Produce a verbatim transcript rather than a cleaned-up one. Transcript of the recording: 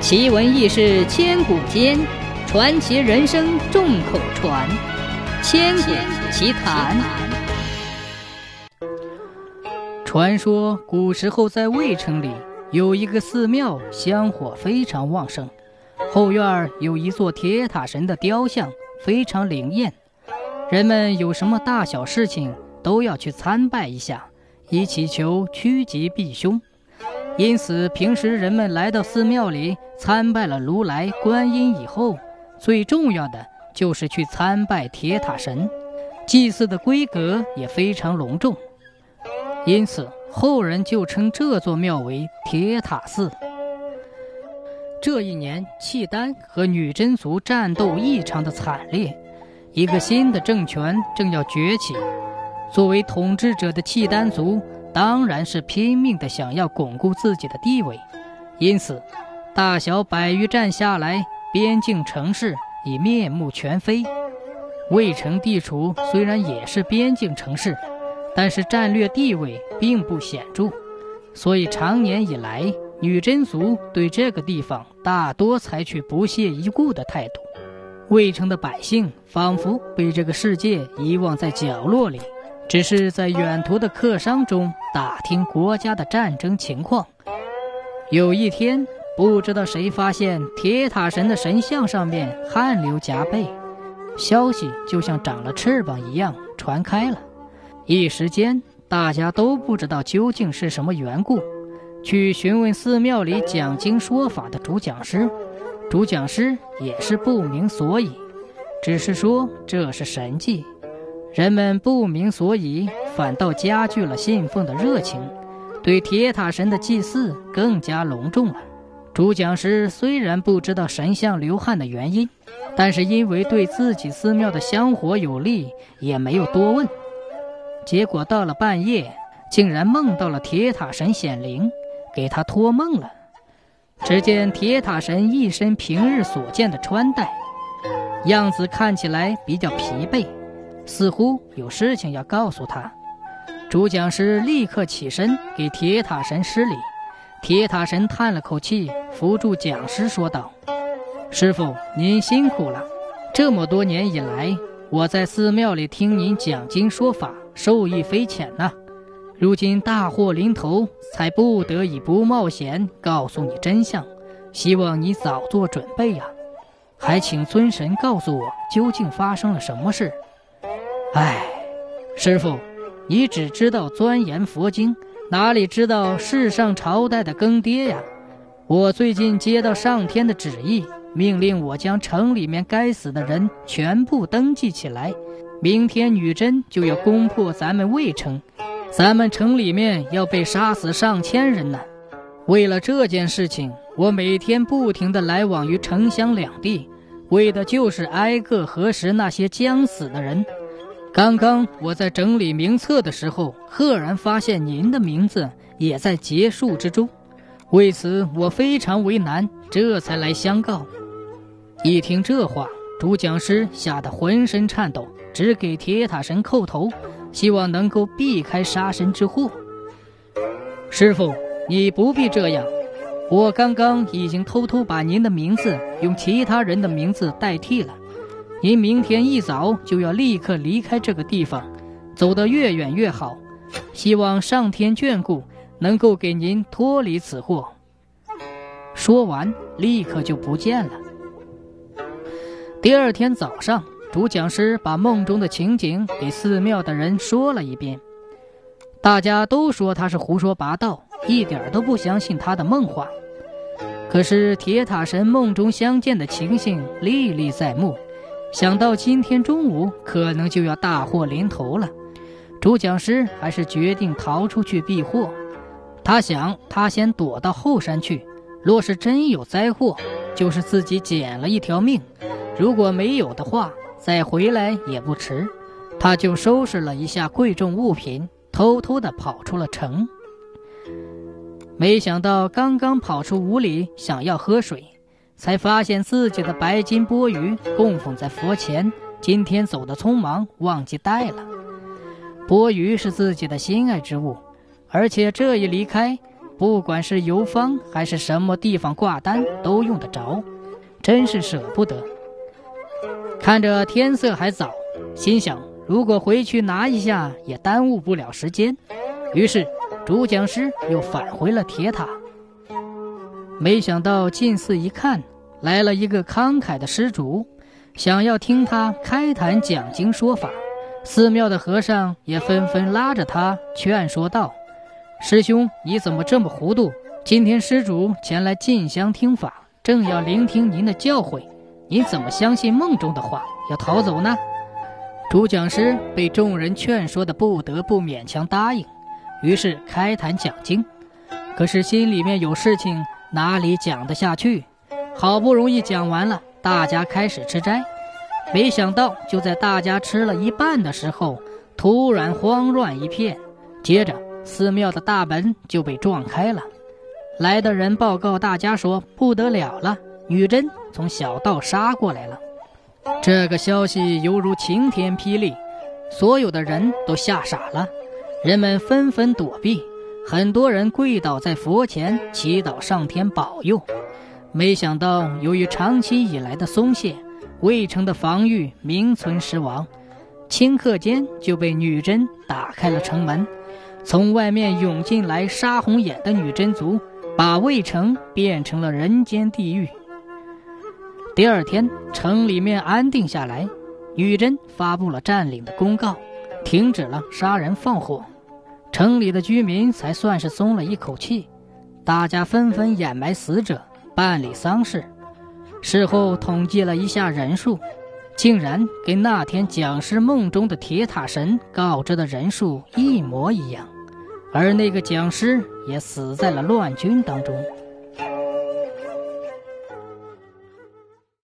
奇闻异事千古间，传奇人生众口传。千古奇谈。传说古时候在魏城里有一个寺庙，香火非常旺盛，后院有一座铁塔神的雕像，非常灵验。人们有什么大小事情都要去参拜一下，以祈求趋吉避凶。因此平时人们来到寺庙里参拜了如来观音以后，最重要的就是去参拜铁塔神，祭祀的规格也非常隆重，因此后人就称这座庙为铁塔寺。这一年契丹和女真族战斗异常的惨烈，一个新的政权正要崛起。作为统治者的契丹族当然是拼命地想要巩固自己的地位，因此大小百余战下来，边境城市已面目全非。魏城地处虽然也是边境城市，但是战略地位并不显著，所以长年以来女真族对这个地方大多采取不屑一顾的态度。魏城的百姓仿佛被这个世界遗忘在角落里，只是在远途的客商中打听国家的战争情况。有一天，不知道谁发现铁塔神的神像上面汗流浃背，消息就像长了翅膀一样传开了。一时间大家都不知道究竟是什么缘故，去询问寺庙里讲经说法的主讲师，主讲师也是不明所以，只是说这是神迹。人们不明所以，反倒加剧了信奉的热情，对铁塔神的祭祀更加隆重了。主讲师虽然不知道神像流汗的原因，但是因为对自己寺庙的香火有利，也没有多问。结果到了半夜，竟然梦到了铁塔神显灵，给他托梦了。只见铁塔神一身平日所见的穿戴，样子看起来比较疲惫，似乎有事情要告诉他。主讲师立刻起身给铁塔神施礼。铁塔神叹了口气，扶住讲师说道：师父，您辛苦了，这么多年以来，我在寺庙里听您讲经说法，受益匪浅呐、啊。如今大祸临头，才不得已不冒险告诉你真相，希望你早做准备啊。还请尊神告诉我究竟发生了什么事。唉，师父，你只知道钻研佛经，哪里知道世上朝代的更迭呀？我最近接到上天的旨意，命令我将城里面该死的人全部登记起来，明天女真就要攻破咱们魏城，咱们城里面要被杀死上千人呢。为了这件事情，我每天不停地来往于城乡两地，为的就是挨个核实那些将死的人。刚刚我在整理名册的时候，赫然发现您的名字也在结束之中，为此我非常为难，这才来相告。一听这话，主讲师吓得浑身颤抖，只给铁塔神叩头，希望能够避开杀身之祸。师父，你不必这样，我刚刚已经偷偷把您的名字用其他人的名字代替了。您明天一早就要立刻离开这个地方，走得越远越好，希望上天眷顾，能够给您脱离此祸。说完立刻就不见了。第二天早上，主讲师把梦中的情景给寺庙的人说了一遍，大家都说他是胡说八道，一点都不相信他的梦话。可是铁塔神梦中相见的情形历历在目，想到今天中午可能就要大祸临头了，主讲师还是决定逃出去避祸。他想他先躲到后山去，若是真有灾祸，就是自己捡了一条命，如果没有的话，再回来也不迟。他就收拾了一下贵重物品，偷偷地跑出了城。没想到刚刚跑出屋里想要喝水，才发现自己的白金钵盂供奉在佛前，今天走得匆忙，忘记带了。钵盂是自己的心爱之物，而且这一离开， 不管是游方还是什么地方挂单都用得着，真是舍不得。看着天色还早，心想如果回去拿一下也耽误不了时间，于是主讲师又返回了铁塔。没想到进寺一看，来了一个慷慨的施主，想要听他开坛讲经说法。寺庙的和尚也纷纷拉着他劝说道：师兄，你怎么这么糊涂？今天施主前来进香听法，正要聆听您的教诲，你怎么相信梦中的话，要逃走呢？主讲师被众人劝说的不得不勉强答应，于是开坛讲经。可是心里面有事情，哪里讲得下去？好不容易讲完了，大家开始吃斋。没想到就在大家吃了一半的时候，突然慌乱一片，接着寺庙的大门就被撞开了。来的人报告大家说，不得了了，女真从小道杀过来了。这个消息犹如晴天霹雳，所有的人都吓傻了，人们纷纷躲避，很多人跪倒在佛前祈祷上天保佑。没想到由于长期以来的松懈，魏城的防御名存实亡，顷刻间就被女真打开了城门，从外面涌进来杀红眼的女真族，把魏城变成了人间地狱。第二天，城里面安定下来，女真发布了占领的公告，停止了杀人放火，城里的居民才算是松了一口气。大家纷纷掩埋死者，办理丧事。事后统计了一下人数，竟然跟那天讲师梦中的铁塔神告知的人数一模一样，而那个讲师也死在了乱军当中。